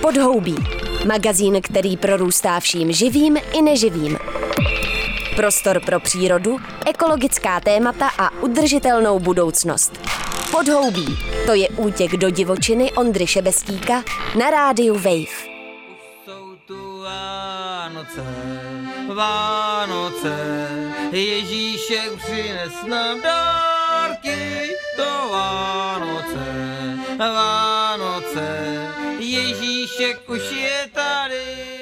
Podhoubí. Magazín, který prorůstá vším živým i neživým. Prostor pro přírodu, ekologická témata a udržitelnou budoucnost. Podhoubí. To je útěk do divočiny Ondry Šebestíka na rádiu Wave. Jsou tu Vánoce, Ježíšek přines nám dárky, to Vánoce, Ježíšek už je tady.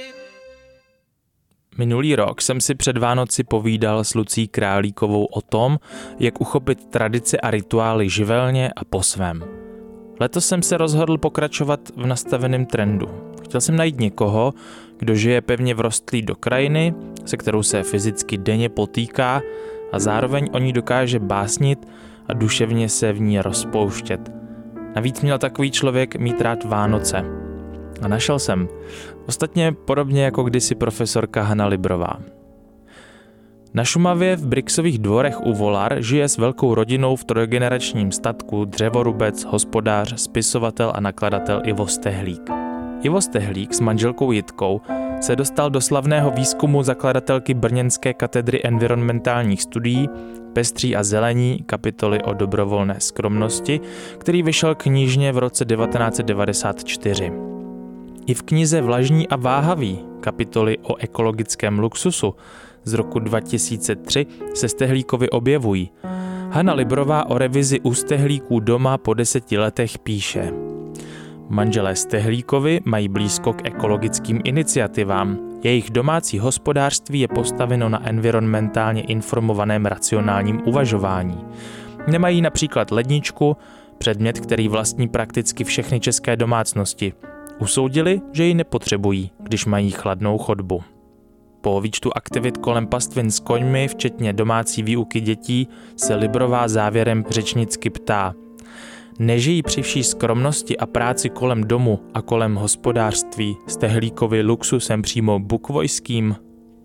Minulý rok jsem si před Vánoci povídal s Lucí Králíkovou o tom, jak uchopit tradice a rituály živelně a po svém. Letos jsem se rozhodl pokračovat v nastaveném trendu. Chtěl jsem najít někoho, kdo žije pevně vrostlý do krajiny, se kterou se fyzicky denně potýká a zároveň o ní dokáže básnit a duševně se v ní rozpouštět. Navíc měl takový člověk mít rád Vánoce. A našel jsem. Ostatně podobně jako kdysi profesorka Hana Librová. Na Šumavě v Brixových Dvorech u Volar žije s velkou rodinou v trojgeneračním statku dřevorubec, hospodář, spisovatel a nakladatel Ivo Stehlík. Ivo Stehlík s manželkou Jitkou se dostal do slavného výzkumu zakladatelky brněnské katedry environmentálních studií Pestří a zelení kapitoly o dobrovolné skromnosti, který vyšel knižně v roce 1994. I v knize Vlažní a váhavý kapitoly o ekologickém luxusu z roku 2003 se Stehlíkovi objevují. Hana Librová o revizi u Stehlíků doma po 10 letech píše: Manželé Stehlíkovi mají blízko k ekologickým iniciativám. Jejich domácí hospodářství je postaveno na environmentálně informovaném racionálním uvažování. Nemají například ledničku, předmět, který vlastní prakticky všechny české domácnosti. Usoudili, že ji nepotřebují, když mají chladnou chodbu. Po výčtu aktivit kolem pastvin s koňmi, včetně domácí výuky dětí, se Librová závěrem řečnicky ptá: Nežijí při vší skromnosti a práci kolem domu a kolem hospodářství Stehlíkovi luxusem přímo bukvojským?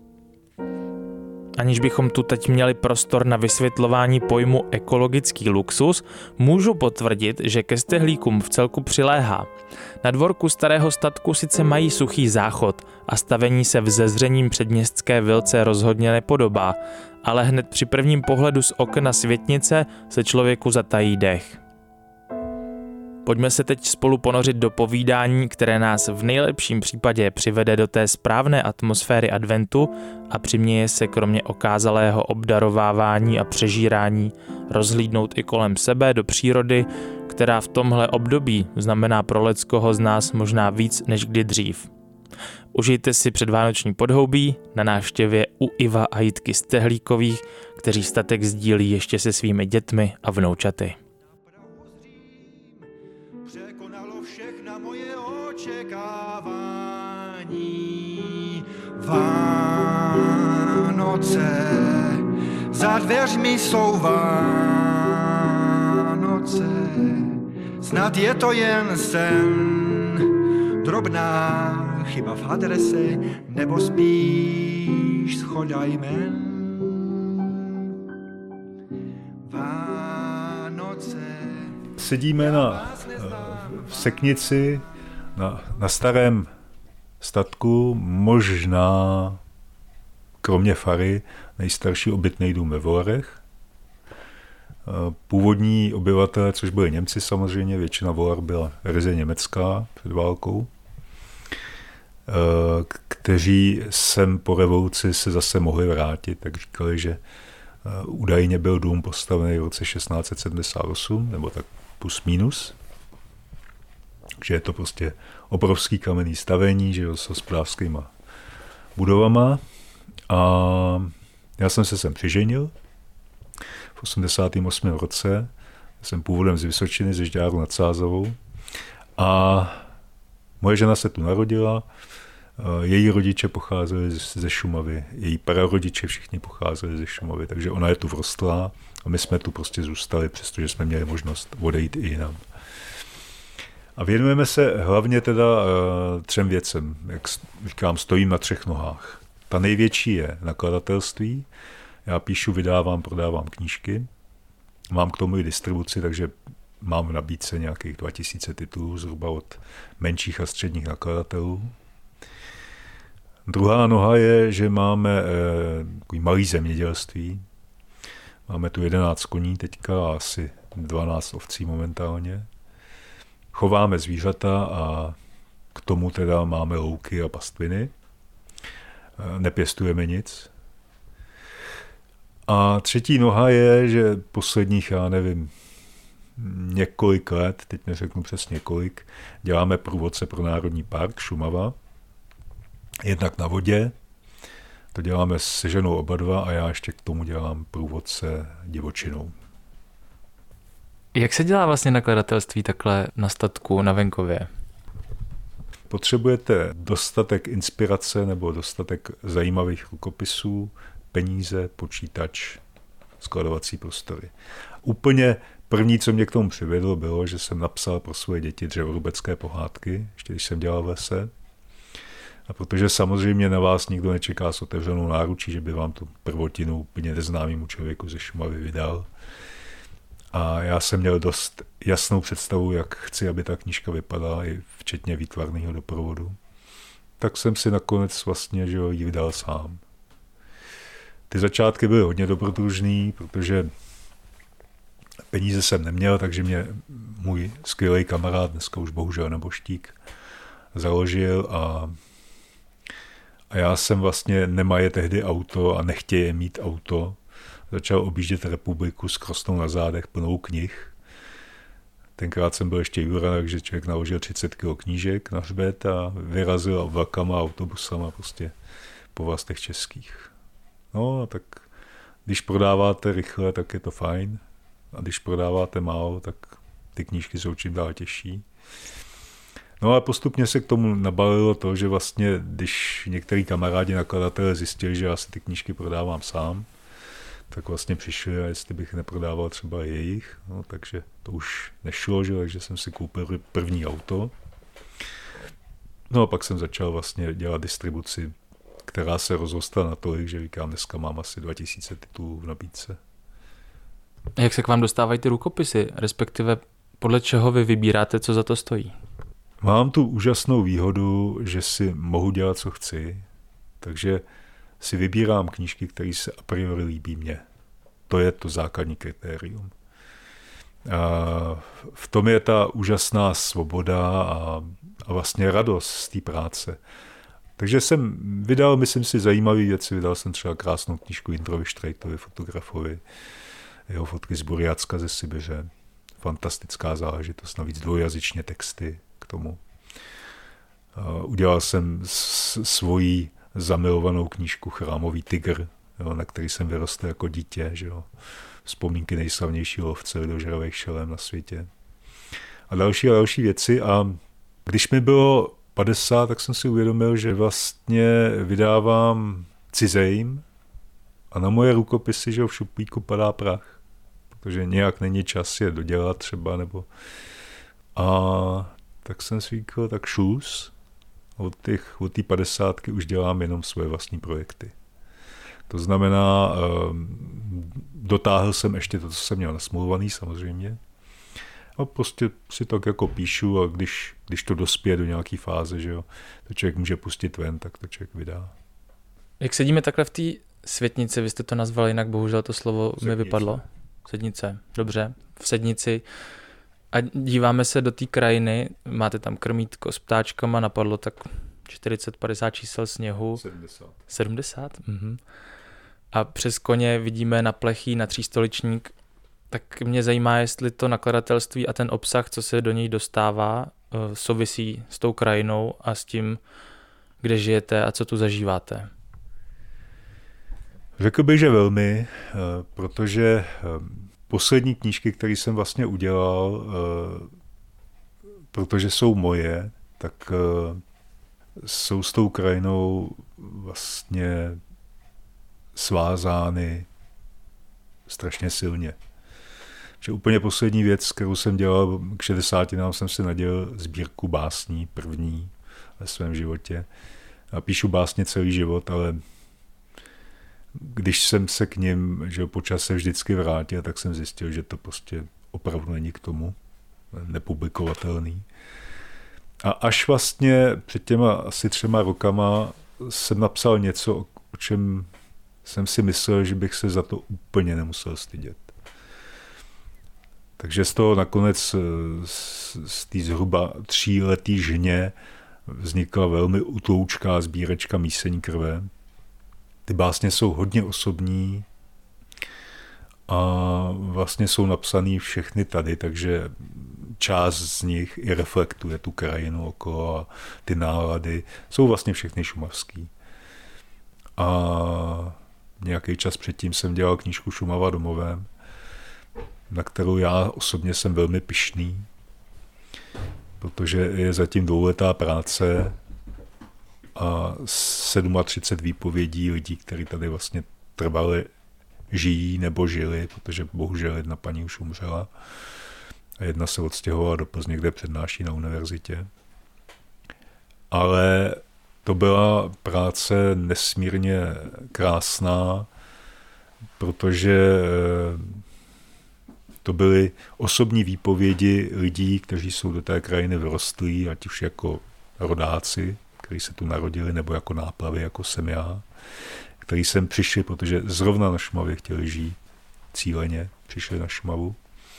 Aniž bychom tu teď měli prostor na vysvětlování pojmu ekologický luxus, můžu potvrdit, že ke Stehlíkům v celku přiléhá. Na dvorku starého statku sice mají suchý záchod a stavení se v zezřením předměstské vilce rozhodně nepodobá, ale hned při prvním pohledu z okna světnice se člověku zatají dech. Pojďme se teď spolu ponořit do povídání, které nás v nejlepším případě přivede do té správné atmosféry adventu a přiměje se kromě okázalého obdarovávání a přežírání rozhlídnout i kolem sebe do přírody, která v tomhle období znamená pro leckoho z nás možná víc než kdy dřív. Užijte si předvánoční podhoubí na návštěvě u Iva a Jitky Stehlíkových, kteří statek sdílí ještě se svými dětmi a vnoučaty. Vánoce, za dveřmi jsou Vánoce, snad je to jen sen, drobná chyba v adrese, nebo spíš shoda jmen. Vánoce. Sedíme v seknici na starém statku, možná kromě fary nejstarší obytný dům ve Volarech. Původní obyvatelé, což byli Němci samozřejmě, většina Volar byla ryze německá před válkou, kteří sem po revoluci se zase mohli vrátit, tak říkali, že údajně byl dům postavený v roce 1678, nebo tak plus minus. Takže je to prostě obrovský kamenný stavení, že s hospodářskýma budovama. A já jsem se sem přiženil v 88. roce. Jsem původem z Vysočiny, ze Žďáru nad Sázavou. A moje žena se tu narodila, její rodiče pocházeli ze Šumavy, její prarodiče všichni pocházeli ze Šumavy, takže ona je tu vrostlá a my jsme tu prostě zůstali, přestože jsme měli možnost odejít i jinam. A věnujeme se hlavně teda 3 věcem. Jak říkám, stojím na 3 nohách. Ta největší je nakladatelství. Já píšu, vydávám, prodávám knížky. Mám k tomu i distribuci, takže mám v nabídce nějakých 2000 titulů, zhruba od menších a středních nakladatelů. Druhá noha je, že máme takový malý zemědělství. Máme tu 11 koní teďka a asi 12 ovcí momentálně. Chováme zvířata a k tomu teda máme louky a pastviny. Nepěstujeme nic. A třetí noha je, že posledních, já nevím, několik let, teď neřeknu přesně kolik, děláme průvodce pro Národní park Šumava. Jednak na vodě, to děláme se ženou oba dva a já ještě k tomu dělám průvodce divočinou. Jak se dělá vlastně nakladatelství takhle na statku na venkově? Potřebujete dostatek inspirace nebo dostatek zajímavých rukopisů, peníze, počítač, skladovací prostory. Úplně první, co mě k tomu přivedlo, bylo, že jsem napsal pro svoje děti dřevorubecké pohádky, ještě když jsem dělal v lese. A protože samozřejmě na vás nikdo nečeká s otevřenou náručí, že by vám tu prvotinu úplně neznámému člověku ze Šumavy vydal. A já jsem měl dost jasnou představu, jak chci, aby ta knížka vypadala, i včetně výtvarného doprovodu. Tak jsem si nakonec vlastně ji vydal sám. Ty začátky byly hodně dobrodružný, protože peníze jsem neměl, takže mě můj skvělý kamarád, dneska už bohužel neboštík, založil a já jsem vlastně nemaje tehdy auto a nechtěje mít auto. Začal objíždět republiku s krosnou na zádech plnou knih. Tenkrát jsem byl ještě jura, takže člověk naložil 30 kg knížek na hřbet a vyrazil vlakama, autobusama prostě po vlastech českých. No a tak když prodáváte rychle, tak je to fajn. A když prodáváte málo, tak ty knížky jsou čím dál těžší. No a postupně se k tomu nabalilo to, že vlastně, když některý kamarádi nakladatelé zjistili, že já si ty knížky prodávám sám, tak vlastně přišli, a jestli bych neprodával třeba jejich, no, takže to už nešlo, že? Takže jsem si koupil první auto. No a pak jsem začal vlastně dělat distribuci, která se rozrostla natolik, že říkám, dneska mám asi 2000 titulů v nabídce. Jak se k vám dostávají ty rukopisy, respektive podle čeho vy vybíráte, co za to stojí? Mám tu úžasnou výhodu, že si mohu dělat, co chci, takže si vybírám knížky, které se a priori líbí mně. To je to základní kritérium. A v tom je ta úžasná svoboda a vlastně radost z té práce. Takže jsem vydal, myslím si, zajímavé věci. Vydal jsem třeba krásnou knížku Jindrovi Štrejtovi, fotografovi, jeho fotky z Burjatska ze Sibiře. Fantastická záležitost, navíc dvojjazyčně texty k tomu. Udělal jsem svoji zamilovanou knížku Chrámový tygr, jo, na který jsem vyrostl jako dítě, že jo. Vzpomínky nejslavnějšího lovce lidožravých šelem na světě. A další věci. A když mi bylo 50, tak jsem si uvědomil, že vlastně vydávám cizejím a na moje rukopisy, že v šuplíku padá prach, protože nějak není čas je dodělat třeba, nebo... A tak jsem si říkal, tak šus, od té 50 už dělám jenom svoje vlastní projekty. To znamená, dotáhl jsem ještě to, co jsem měl nasmluvaný samozřejmě. A prostě si tak jako píšu a když to dospěje do nějaký fáze, že jo, to člověk může pustit ven, tak to člověk vydá. Jak sedíme takhle v té světnici, vy jste to nazval jinak, bohužel to slovo mi vypadlo. Sednice, dobře, v sednici. A díváme se do té krajiny, máte tam krmítko s ptáčkama, napadlo tak 40-50 čísel sněhu. 70? Mhm. A přes koně vidíme na plechý, na třístoličník. Tak mě zajímá, jestli to nakladatelství a ten obsah, co se do něj dostává, souvisí s tou krajinou a s tím, kde žijete a co tu zažíváte. Řekl bych, že velmi, protože poslední knížky, které jsem vlastně udělal, protože jsou moje, tak jsou s tou krajinou vlastně svázány strašně silně. Že úplně poslední věc, kterou jsem dělal k 60, jsem si nadělal sbírku básní, první ve svém životě. A píšu básně celý život, ale když jsem se k nim, že po čase vždycky vrátil, tak jsem zjistil, že to prostě opravdu není k tomu. nepublikovatelný. A až vlastně před těma asi 3 rokama jsem napsal něco, o čem jsem si myslel, že bych se za to úplně nemusel stydět. Takže z toho nakonec z té zhruba 3letý žně vznikla velmi utloučká sbírečka Míseň krve. Ty básně jsou hodně osobní a vlastně jsou napsaný všechny tady, takže část z nich i reflektuje tu krajinu okolo a ty nálady. Jsou vlastně všechny šumavský. A nějaký čas předtím jsem dělal knížku Šumava domovem, na kterou já osobně jsem velmi pyšný, protože je zatím 2letá práce a 37 výpovědí lidí, kteří tady vlastně trvali, žijí nebo žili, protože bohužel jedna paní už umřela a jedna se odstěhovala do Plzně, kde přednáší na univerzitě. Ale to byla práce nesmírně krásná, protože to byly osobní výpovědi lidí, kteří jsou do té krajiny vyrostlí, ať už jako rodáci, kteří se tu narodili, nebo jako náplavy, jako jsem já, kteří sem přišli, protože zrovna na Šumavě chtěli žít, cíleně přišli na Šumavu.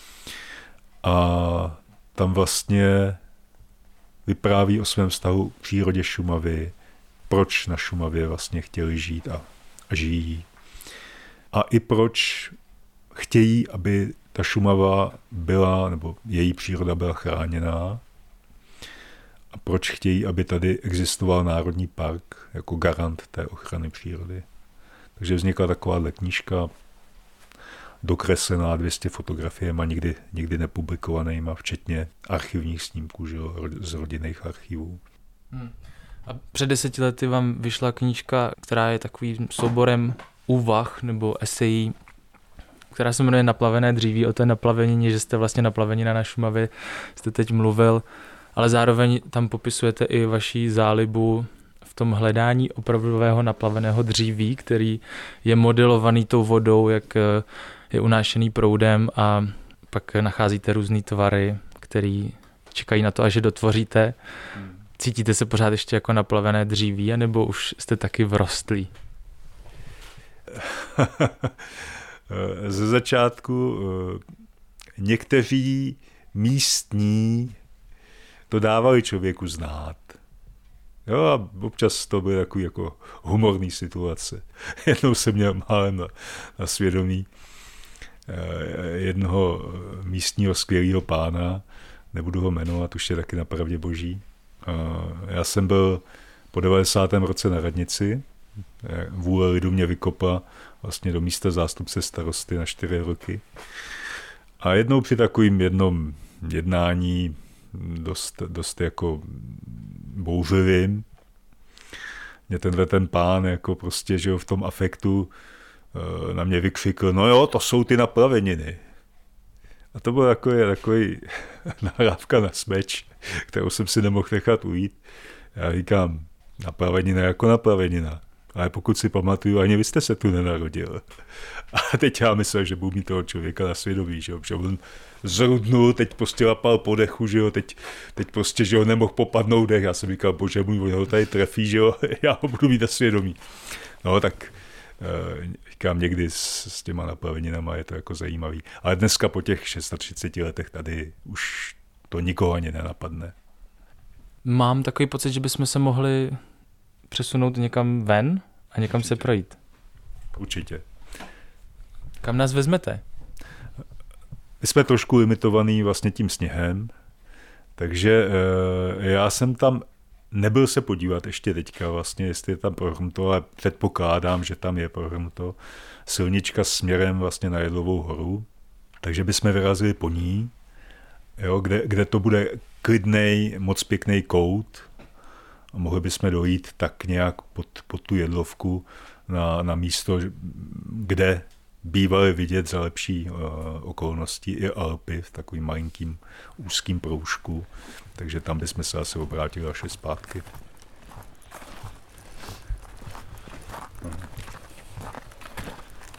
A tam vlastně vypráví o svém vztahu k přírodě Šumavy, proč na Šumavě vlastně chtěli žít a žijí. A i proč chtějí, aby ta Šumava byla, nebo její příroda byla chráněná. A proč chtějí, aby tady existoval Národní park jako garant té ochrany přírody. Takže vznikla takováhle knížka, dokreslená 200 fotografiemi, nikdy nepublikovanýma, včetně archivních snímků, že jo, z rodinných archivů. A před 10 lety vám vyšla knížka, která je takovým souborem úvah nebo esejí, která se jmenuje Naplavené dříví, o té naplavenině, že jste vlastně naplavenina na Šumavě, jste teď mluvil, ale zároveň tam popisujete i vaši zálibu v tom hledání opravdového naplaveného dříví, který je modelovaný tou vodou, jak je unášený proudem a pak nacházíte různý tvary, který čekají na to, až je dotvoříte. Cítíte se pořád ještě jako naplavené dříví, anebo už jste taky vrostlí? Ze začátku někteří místní to dávali člověku znát. Jo, a občas to byly takový jako humorný situace. Jednou jsem měl málem na svědomí jednoho místního skvělého pána, nebudu ho jmenovat, už je taky na pravdě boží. Já jsem byl po 90. roce na radnici, vůle lidu mě vykopla vlastně do místa zástupce starosty na 4 roky. A jednou při takovým jednom jednání dost jako bouřlivým, mě ten pán jako prostě, že jo, v tom afektu na mě vykřikl, no jo, to jsou ty naplaveniny. A to byl takový nahrávka na smeč, kterou jsem si nemohl nechat ujít. Já říkám, naplavenina jako naplavenina. Ale pokud si pamatuju, ani vy jste se tu nenarodil. A teď já myslel, že budu mít toho člověka na svědomí, že jo, protože on zrudnul, teď prostě lapal po dechu, že jo, teď prostě, že ho nemohl popadnout dech. Já jsem říkal, bože můj, ho tady trefí, že jo, já ho budu mít na svědomí. No tak říkám, někdy s těma naplaveninama je to jako zajímavý. Ale dneska po těch 630 letech tady už to nikoho ani nenapadne. Mám takový pocit, že bychom se mohli přesunout někam ven a někam se projít. Určitě. Kam nás vezmete? My jsme trošku limitovaný vlastně tím sněhem, takže já jsem tam nebyl se podívat ještě teďka vlastně, jestli je tam prohrnuto, ale předpokládám, že tam je prohrnuto. Silnička směrem vlastně na Jedlovou horu, takže bychom vyrazili po ní, jo, kde to bude klidnej, moc pěkný kout a mohli bychom dojít tak nějak pod tu Jedlovku na místo, kde bývaly vidět za lepší okolností i Alpy v takovým malinkým úzkým proužku, takže tam bychom se asi obrátili až zpátky.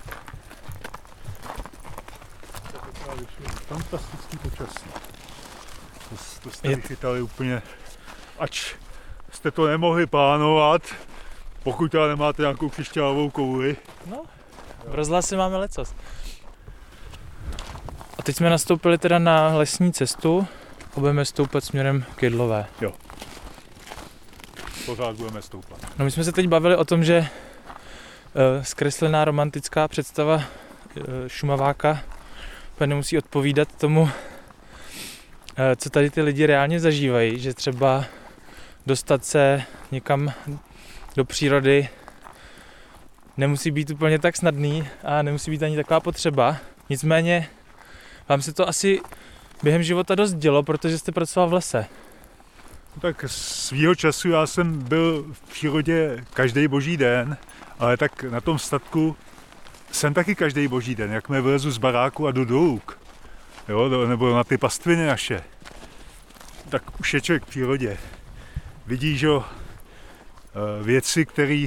Fantastický počasí. To jste vychytali úplně, ač jste to nemohli plánovat, pokud teda nemáte nějakou křišťálovou kouli. No, v rozhlase máme lecos. A teď jsme nastoupili teda na lesní cestu a budeme stoupat směrem k Jedlové. Jo. Pořád budeme stoupat. No my jsme se teď bavili o tom, že zkreslená romantická představa Šumaváka nemusí odpovídat tomu, co tady ty lidi reálně zažívají, že třeba dostat se někam do přírody nemusí být úplně tak snadný a nemusí být ani taková potřeba. Nicméně vám se to asi během života dost dělo, protože jste pracoval v lese. Tak svýho času já jsem byl v přírodě každý boží den, ale tak na tom statku jsem taky každý boží den, jakmile vylezu z baráku a jdu do luk, jo, nebo na ty pastviny naše, tak už je člověk v přírodě. Vidí, že věci, které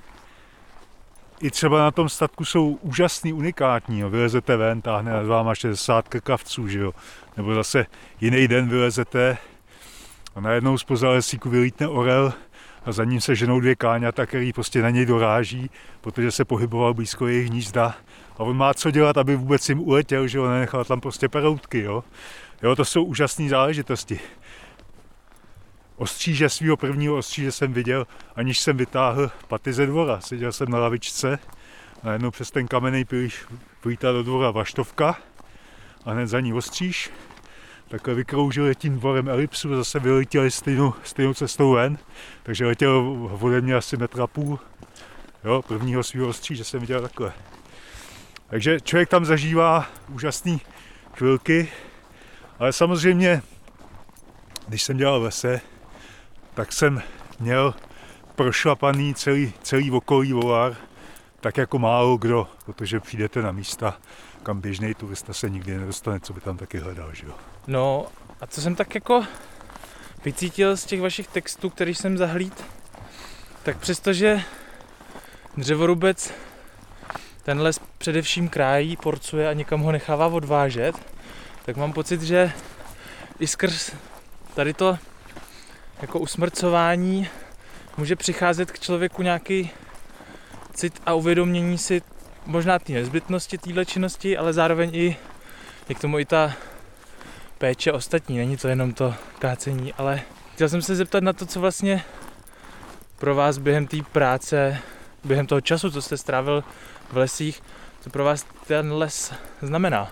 i třeba na tom statku jsou úžasný, unikátní. Jo. Vylezete ven, táhne nad váma 60 krkavců, že jo. Nebo zase jiný den vylezete a najednou zpoza lesíku vylítne orel a za ním se ženou 2 káňata, který prostě na něj doráží, protože se pohyboval blízko jejich hnízda. A on má co dělat, aby vůbec jim uletěl, že jo, nenechal tam prostě peroutky, jo. Jo, to jsou úžasné záležitosti. Ostříže, svého prvního ostříže jsem viděl, aniž jsem vytáhl paty ze dvora. Seděl jsem na lavičce, najednou přes ten kamenný pilíř vlítá do dvora vlaštovka a hned za ní ostříž. Takhle vykroužili tím dvorem elipsu, zase vyletěli stejnou cestou ven, takže letěl ode mě asi 1,5 m. Jo, prvního svého ostříže jsem viděl takhle. Takže člověk tam zažívá úžasné chvilky, ale samozřejmě, když jsem dělal v lese, tak jsem měl prošlapaný celý okolí Volar, tak jako málo kdo, protože přijdete na místa, kam běžný turista se nikdy nedostane, co by tam taky hledal, že jo. No a co jsem tak jako vycítil z těch vašich textů, který jsem zahlíd, tak přestože dřevorubec ten les především krájí, porcuje a někam ho nechává odvážet, tak mám pocit, že i skrz tady to jako usmrcování může přicházet k člověku nějaký cit a uvědomění si možná té nezbytnosti téhle činnosti, ale zároveň i je k tomu i ta péče ostatní. Není to jenom to kácení, ale chtěl jsem se zeptat na to, co vlastně pro vás během té práce, během toho času, co jste strávil v lesích, co pro vás ten les znamená.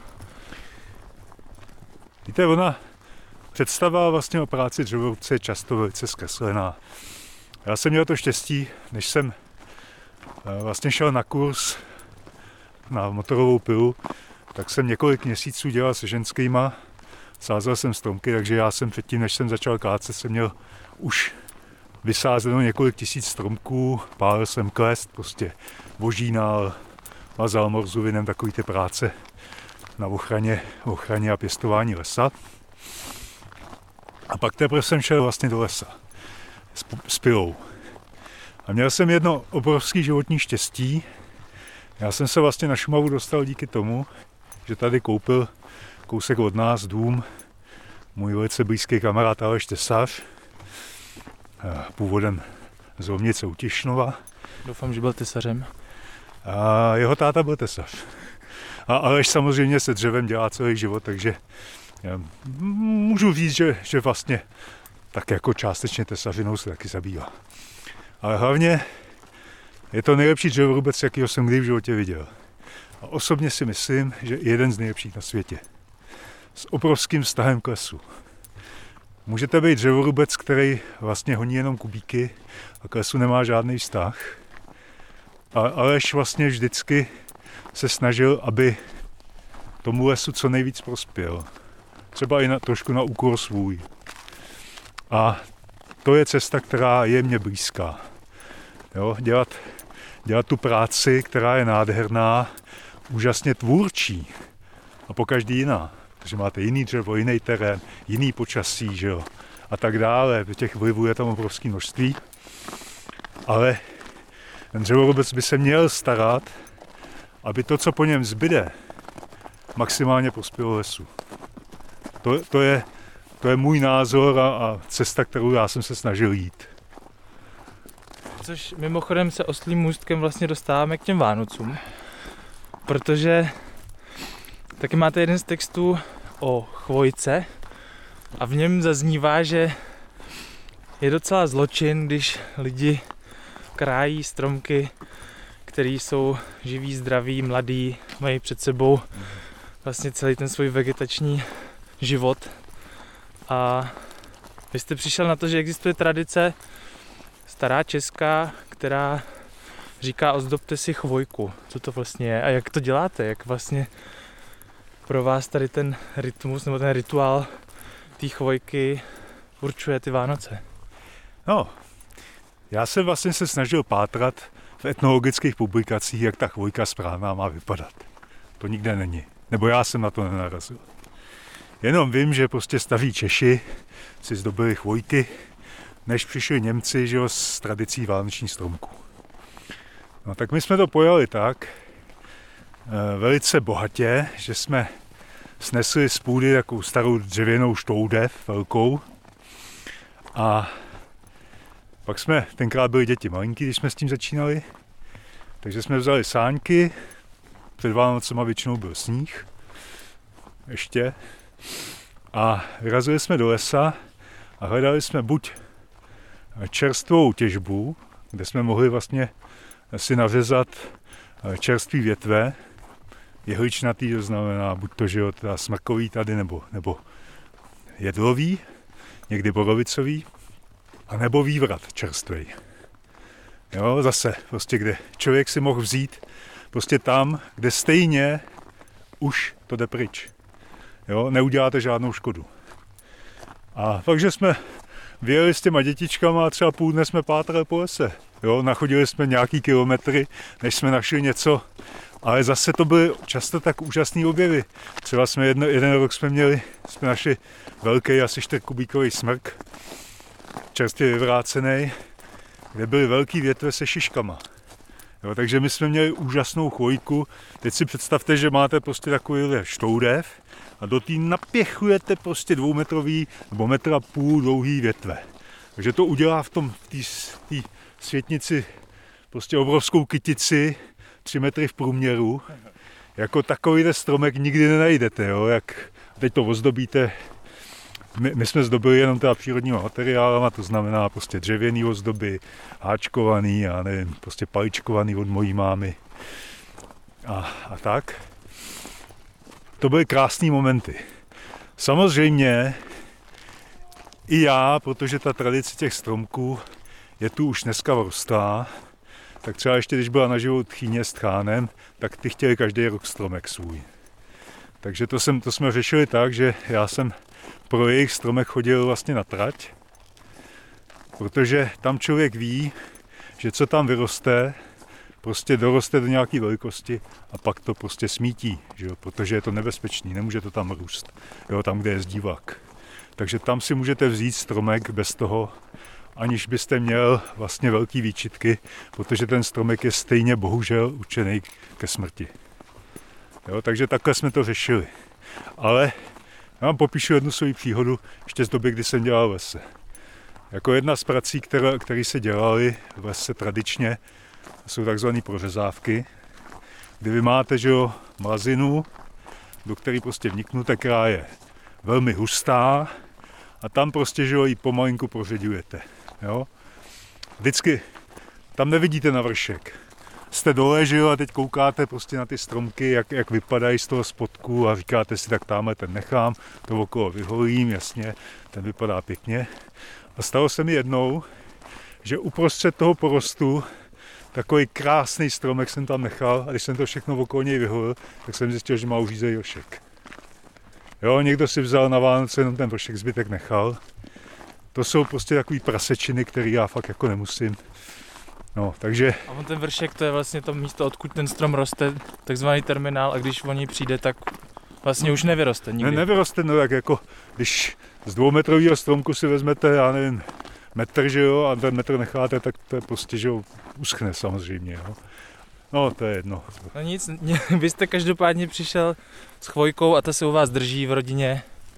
Víte, ona představa vlastně o práci dřevorubce je často velice zkreslená. Já jsem měl to štěstí, než jsem vlastně šel na kurz na motorovou pilu, tak jsem několik měsíců dělal se ženskýma, sázel jsem stromky, takže já jsem předtím, než jsem začal kácet, jsem měl už vysázeno několik tisíc stromků, pálil jsem klest, prostě vožínal, mazal morzuvinem, takový ty práce na ochraně a pěstování lesa. A pak teprve jsem šel vlastně do lesa s pilou. A měl jsem jedno obrovské životní štěstí. Já jsem se vlastně na Šumavu dostal díky tomu, že tady koupil kousek od nás dům můj velice blízký kamarád Aleš Tesař, původem z Lomnice u Tišnova. Doufám, že byl tesařem. A jeho táta byl tesař. A Aleš samozřejmě se dřevem dělá celý život, takže můžu říct, že vlastně tak jako částečně tesařinou se taky zabývá. Ale hlavně je to nejlepší dřevorubec, jakýho jsem kdy v životě viděl. A osobně si myslím, že jeden z nejlepších na světě. S obrovským vztahem k lesu. Můžete být dřevorubec, který vlastně honí jenom kubíky a k lesu nemá žádný vztah. Ale Aleš vlastně vždycky se snažil, aby tomu lesu co nejvíc prospěl. Třeba i trošku na úkor svůj. A to je cesta, která je mně blízká. Jo, dělat tu práci, která je nádherná, úžasně tvůrčí a pokaždý jiná. Protože máte jiný dřevo, jiný terén, jiný počasí, že jo, a tak dále. Těch vlivů je tam obrovské množství. Ale ten dřevorubec by se měl starat, aby to, co po něm zbyde, maximálně prospělo lesu. To je To je můj názor a cesta, kterou já jsem se snažil jít. Což mimochodem se oslím můstkem vlastně dostáváme k těm Vánocům, protože taky máte jeden z textů o chvojce a v něm zaznívá, že je docela zločin, když lidi krájí stromky, které jsou živí, zdraví, mladí, mají před sebou vlastně celý ten svůj vegetační život. A vy jste přišel na to, že existuje tradice stará česká, která říká ozdobte si chvojku. Co to vlastně je a jak to děláte? Jak vlastně pro vás tady ten rytmus nebo ten rituál té chvojky určuje ty Vánoce? No, já jsem vlastně se snažil pátrat v etnologických publikacích, jak ta chvojka správná má vypadat. To nikde není. Nebo já jsem na to nenarazil. Jenom vím, že prostě staví Češi si zdobili chvojky, než přišli Němci, že jo, s tradicí vánoční stromku. No tak my jsme to pojali tak, velice bohatě, že jsme snesli z půdy takovou starou dřevěnou štoudev velkou a pak jsme, tenkrát byli děti malinký, když jsme s tím začínali, takže jsme vzali sáňky, před Vánocema většinou byl sníh, ještě, a vyrazili jsme do lesa a hledali jsme buď čerstvou těžbu, kde jsme mohli vlastně si nařezat čerství větve, jehličnatý, to znamená buď to, že jo, teda smrkový tady, nebo jedlový, někdy borovicový, a nebo vývrat čerstvej. Jo, zase, prostě kde člověk si mohl vzít, prostě tam, kde stejně už to jde pryč. Jo, neuděláte žádnou škodu. A takže jsme vyjeli s těma dětičkama a třeba půl dne jsme pátrali po lese. Jo, nachodili jsme nějaký kilometry, než jsme našli něco, ale zase to byly často tak úžasný objevy. Třeba jsme jeden rok jsme našli velký, asi 4kubíkový smrk, čerstvě vyvrácený, kde byly velký větve se šiškama. Jo, takže my jsme měli úžasnou chvojku. Teď si představte, že máte prostě takovýhle štoudev a do té napěchujete prostě 2metrový nebo 1,5 m dlouhý větve. Takže to udělá v té světnici prostě obrovskou kytici, 3 metry v průměru. Jako takovýhle stromek nikdy nenajdete, jo? Jak teď to ozdobíte. My jsme zdobili jenom teda přírodníma materiálama, to znamená prostě dřevěný ozdoby, háčkovaný, já nevím, prostě paličkovaný od mojí mámy a tak. To byly krásné momenty. Samozřejmě i já, protože ta tradice těch stromků je tu už dneska vrostlá, tak třeba ještě když byla naživo tchýně s tchánem, tak ty chtěli každý rok stromek svůj. Takže to jsme řešili tak, že já jsem pro jejich stromek chodil vlastně na trať, protože tam člověk ví, že co tam vyroste, prostě doroste do nějaké velikosti a pak to prostě smítí, že jo? Protože je to nebezpečný, nemůže to tam růst, jo? Tam, kde je zdívák. Takže tam si můžete vzít stromek bez toho, aniž byste měl vlastně velký výčitky, protože ten stromek je stejně bohužel určený ke smrti. Jo? Takže takhle jsme to řešili. Ale já vám popíšu jednu svou příhodu ještě z doby, kdy jsem dělal v lese. Jako jedna z prací, které se dělaly v lese tradičně, jsou takzvané prořezávky, kdy vy máte, že jo, mlazinu, do které prostě vniknete, která je velmi hustá a tam prostě, že jo, ji pomalinku proředujete. Jo? Vždycky tam nevidíte na vršek. Jste dole, že jo, a teď koukáte prostě na ty stromky, jak vypadají z toho spodku a říkáte si, tak tamhle ten nechám, to okolo vyholím, jasně, ten vypadá pěkně. A stalo se mi jednou, že uprostřed toho porostu takový krásný stromek jsem tam nechal a když jsem to všechno okolo něj vyholil, tak jsem zjistil, že má uřízlý vršek. Jo, někdo si vzal na Vánoce, jenom ten vršek zbytek nechal. To jsou prostě takový prasečiny, které já fakt jako nemusím. No, takže... A on ten vršek, to je vlastně to místo, odkud ten strom roste, takzvaný terminál, a když o něj přijde, tak vlastně už nevyroste nikdy. Nevyroste, no tak jako, když z 2metrového stromku si vezmete, já nevím, metr, že jo, a ten metr necháte, tak to je prostě, že jo, uschne samozřejmě, jo. No, to je jedno. No nic, vy jste každopádně přišel s chvojkou a ta se u vás drží v rodině.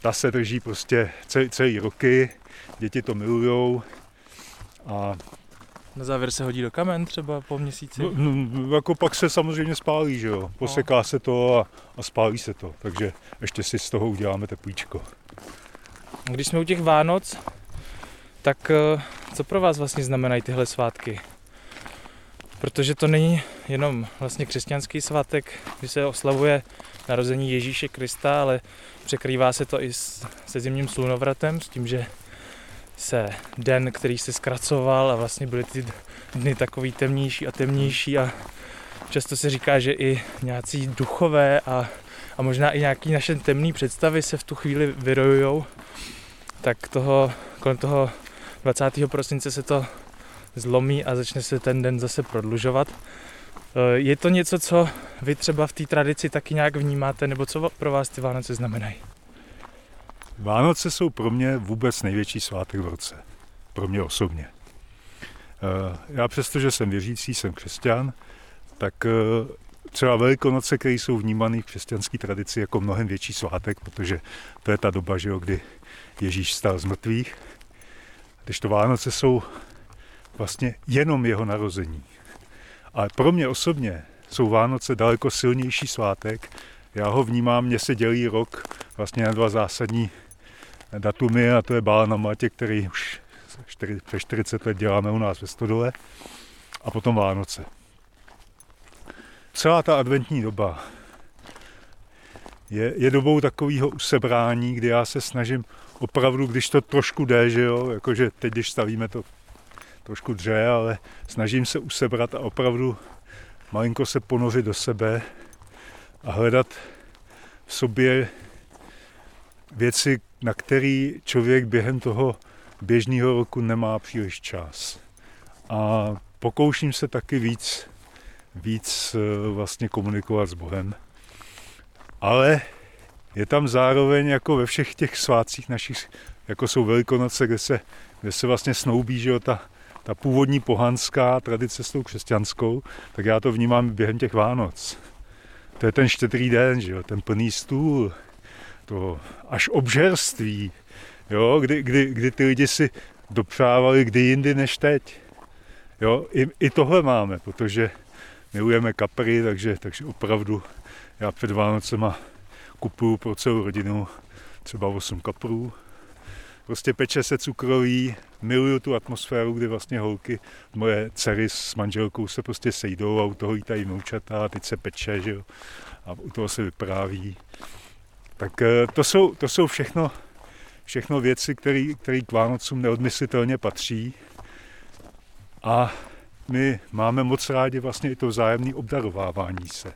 ta se drží prostě celý roky, děti to milujou a Na závěr se hodí do kamen třeba po měsíci? no, jako pak se samozřejmě spálí, že jo, poseká se to a spálí se to, takže ještě si z toho uděláme teplíčko. Když jsme u těch Vánoc, tak co pro vás vlastně znamenají tyhle svátky? Protože to není jenom vlastně křesťanský svátek, kdy se oslavuje narození Ježíše Krista, ale překrývá se to i se zimním slunovratem, s tím, že se den, který se zkracoval a vlastně byly ty dny takový temnější a často se říká, že i nějací duchové a možná i nějaký naše temné představy se v tu chvíli vyrojujou, tak kolem toho 20. prosince se to zlomí a začne se ten den zase prodlužovat. Je to něco, co vy třeba v té tradici taky nějak vnímáte, nebo co pro vás ty Vánoce znamenají? Vánoce jsou pro mě vůbec největší svátek v roce. Pro mě osobně. Já přestože jsem věřící, jsem křesťan, tak třeba Velikonoce, které jsou vnímané v křesťanské tradici jako mnohem větší svátek, protože to je ta doba, že jo, kdy Ježíš vstal z mrtvých. Když to Vánoce jsou vlastně jenom jeho narození. Ale pro mě osobně jsou Vánoce daleko silnější svátek. Já ho vnímám, mně se dělí rok vlastně na dva zásadní datumy, a to je Bál na Maltě, který už přes 40 let děláme u nás ve Stodole, a potom Vánoce. Celá ta adventní doba je dobou takového usebrání, kdy já se snažím opravdu, když to trošku jde, že jo, jakože teď, když stavíme to trošku dře, ale snažím se usebrat a opravdu malinko se ponořit do sebe a hledat v sobě věci, na které člověk během toho běžného roku nemá příliš čas. A pokouším se taky víc vlastně komunikovat s Bohem. Ale je tam zároveň jako ve všech těch svátcích našich, jako jsou Velikonoce, kde se vlastně snoubí, že jo, ta původní pohanská tradice s tou křesťanskou, tak já to vnímám během těch Vánoc. To je ten štědrý den, že jo, ten plný stůl, to až obžerství, jo, kdy ty lidi si dopřávali kdy jindy než teď. Jo, i tohle máme, protože milujeme kapry, takže opravdu já před Vánocema kupuju pro celou rodinu třeba 8 kaprů. Prostě peče se cukroví, miluju tu atmosféru, kdy vlastně holky, moje dcery s manželkou se prostě sejdou a u toho jítají vnoučata a teď se peče, že jo, a u toho se vypráví. Tak to jsou všechno věci, které k Vánocům neodmyslitelně patří. A my máme moc rádi vlastně i to vzájemné obdarovávání se.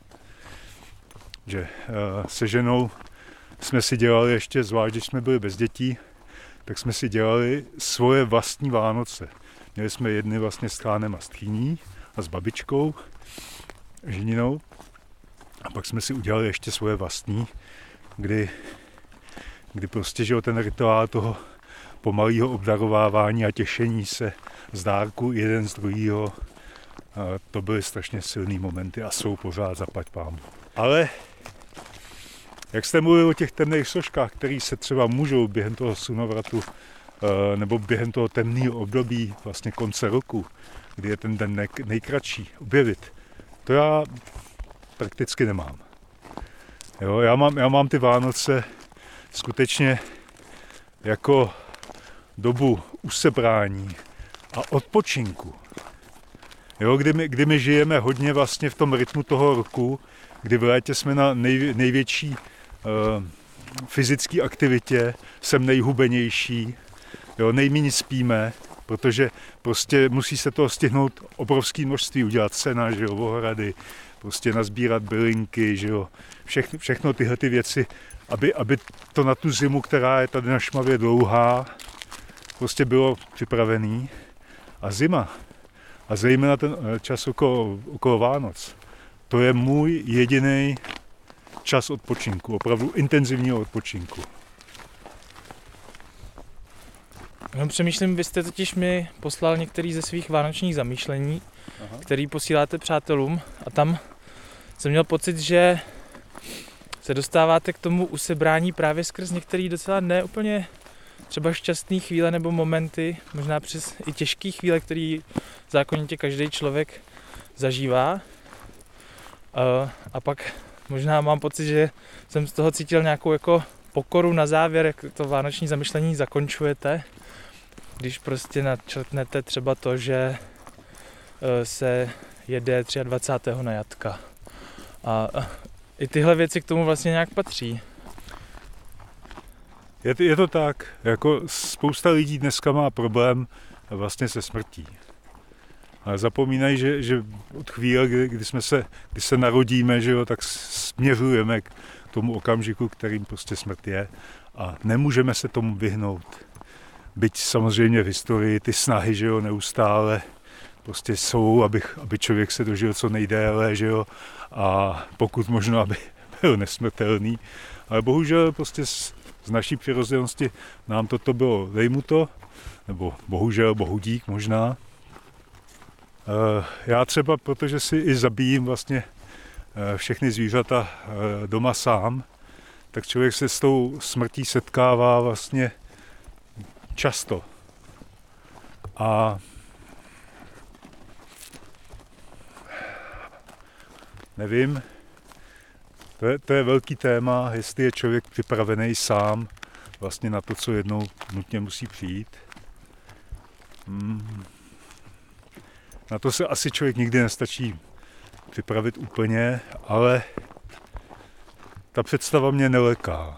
Že se ženou jsme si dělali ještě, zvlášť když jsme byli bez dětí, tak jsme si dělali svoje vlastní Vánoce. Měli jsme jedny vlastně s chánem a s tchýní a s babičkou, ženinou. A pak jsme si udělali ještě svoje vlastní, kdy prostě, že ten rituál toho pomalého obdarovávání a těšení se z dárku jeden z druhého, to byly strašně silný momenty a jsou pořád, zaplať pámu. Ale jak jste mluvil o těch temných složkách, které se třeba můžou během toho slunovratu nebo během toho temného období vlastně konce roku, kdy je ten den nejkratší, objevit, to já prakticky nemám. Jo, já mám ty Vánoce skutečně jako dobu usebrání a odpočinku. Jo, kdy my žijeme hodně vlastně v tom rytmu toho roku, kdy v létě jsme na největší fyzické aktivitě, jsem nejhubenější, jo, nejméně spíme, protože prostě musí se toho stihnout obrovské množství, udělat sena, že jo, ohrady, prostě nazbírat bylinky, že jo, všechno tyhle ty věci, aby to na tu zimu, která je tady na Šumavě dlouhá, prostě bylo připravený. A zima, a zejména ten čas okolo Vánoc, to je můj jediný čas odpočinku, opravdu intenzivního odpočinku. No, přemýšlím, vy jste totiž mi poslal některý ze svých vánočních zamýšlení, který posíláte přátelům, a tam jsem měl pocit, že se dostáváte k tomu usebrání právě skrz některé docela neúplně třeba šťastné chvíle nebo momenty, možná přes i těžké chvíle, které zákonitě každý člověk zažívá. A pak možná mám pocit, že jsem z toho cítil nějakou jako pokoru na závěr, jak to vánoční zamyšlení zakončujete, když prostě načrtnete třeba to, že se jede 23. na jatka. A i tyhle věci k tomu vlastně nějak patří. Je to tak, jako spousta lidí dneska má problém vlastně se smrtí. Ale zapomínají, že od chvíle, kdy se narodíme, že jo, tak směřujeme k tomu okamžiku, kterým prostě smrt je a nemůžeme se tomu vyhnout. Byť samozřejmě v historii ty snahy, že jo, neustále prostě jsou, aby člověk se dožil co nejdéle, že jo, a pokud možno, aby byl nesmrtelný. Ale bohužel prostě z naší přirozenosti nám toto bylo vejmuto, nebo bohužel, bohudík možná. Já třeba, protože si i zabíjím vlastně všechny zvířata doma sám, tak člověk se s tou smrtí setkává vlastně často. A nevím, to je velký téma, jestli je člověk připravený sám vlastně na to, co jednou nutně musí přijít. Na to se asi člověk nikdy nestačí připravit úplně, ale ta představa mě neleká.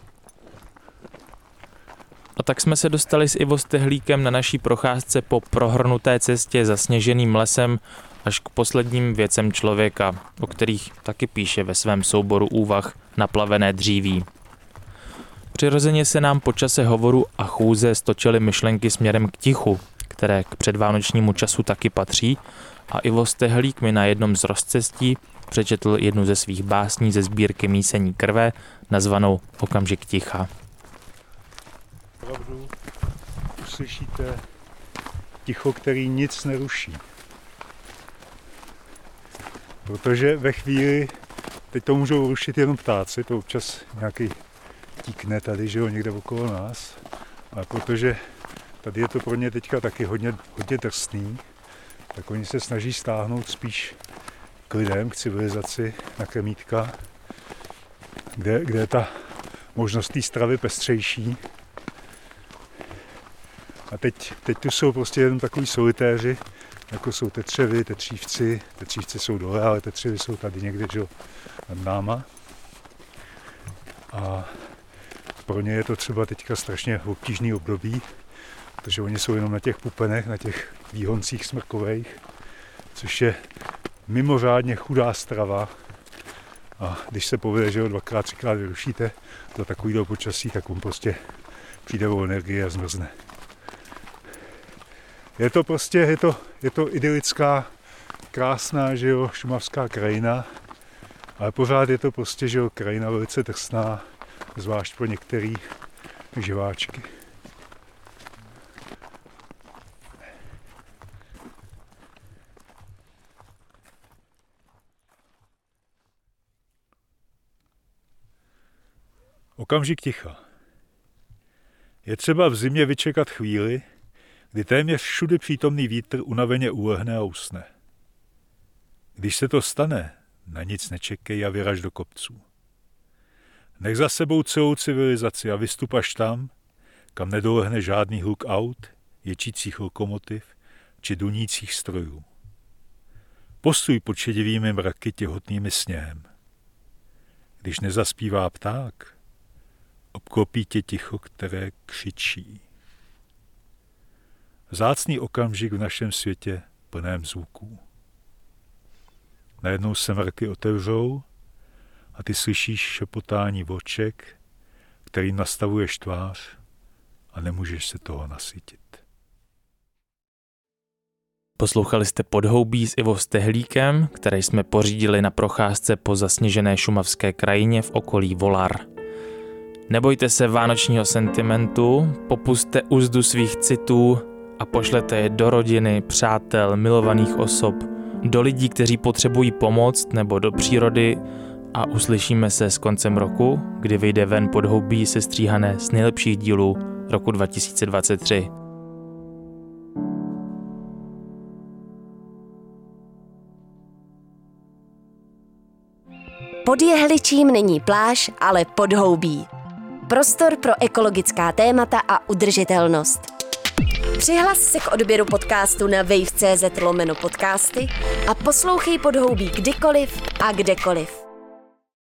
A tak jsme se dostali s Ivo Stehlíkem na naší procházce po prohrnuté cestě zasněženým lesem až k posledním věcem člověka, o kterých taky píše ve svém souboru úvah Naplavené dříví. Přirozeně se nám po čase hovoru a chůze stočily myšlenky směrem k tichu, které k předvánočnímu času taky patří, a Ivo Stehlík mi na jednom z rozcestí přečetl jednu ze svých básní ze sbírky Mísení krve, nazvanou Okamžik ticha. Opravdu uslyšíte ticho, který nic neruší. Protože ve chvíli, teď to můžou rušit jenom ptáci, to občas nějaký tíkne tady, že jo, někde okolo nás, ale protože tady je to pro ně teďka taky hodně drsný, tak oni se snaží stáhnout spíš k lidem, k civilizaci, na Kremítka, kde je ta možnost té stravy pestřejší. A teď tu jsou prostě jenom takový solitéři, jako jsou tetřevy, tetřívci jsou dole, ale tetřevy jsou tady někde, že, nad náma. A pro ně je to třeba teďka strašně obtížný období, protože oni jsou jenom na těch pupenech, na těch výhoncích smrkových, což je mimořádně chudá strava. A když se povede, že ho 2x, 3x vyrušíte za takovýhle počasí, tak on prostě přijde o energii a zmrzne. Je to prostě, je to idylická, krásná, že jo, šumavská krajina, ale pořád je to prostě, že jo, krajina velice drsná, zvlášť pro některé živáčky. Okamžik ticha. Je třeba v zimě vyčekat chvíli, kdy téměř všude přítomný vítr unaveně ulehne a usne. Když se to stane, na nic nečekej a vyraž do kopců. Nech za sebou celou civilizaci a vystup až tam, kam nedolehne žádný hluk aut, ječících lokomotiv či dunících strojů. Postuj pod šedivými mraky těhotnými sněhem. Když nezaspívá pták, obklopí tě ticho, které křičí. Vzácný okamžik v našem světě plném zvuků. Najednou se mraky otevřou a ty slyšíš šepotání voček, kterým nastavuješ tvář a nemůžeš se toho nasytit. Poslouchali jste Podhoubí s Ivo Stehlíkem, které jsme pořídili na procházce po zasněžené šumavské krajině v okolí Volar. Nebojte se vánočního sentimentu, popuste úzdu svých citů a pošlete je do rodiny, přátel, milovaných osob, do lidí, kteří potřebují pomoc, nebo do přírody, a uslyšíme se s koncem roku, kdy vyjde ven Podhoubí sestříhané z nejlepších dílů roku 2023. Pod Jehličím není pláž, ale Podhoubí. Prostor pro ekologická témata a udržitelnost. Přihlas se k odběru podcastu na wave.cz/podcasty a poslouchej Podhoubí kdykoliv a kdekoliv.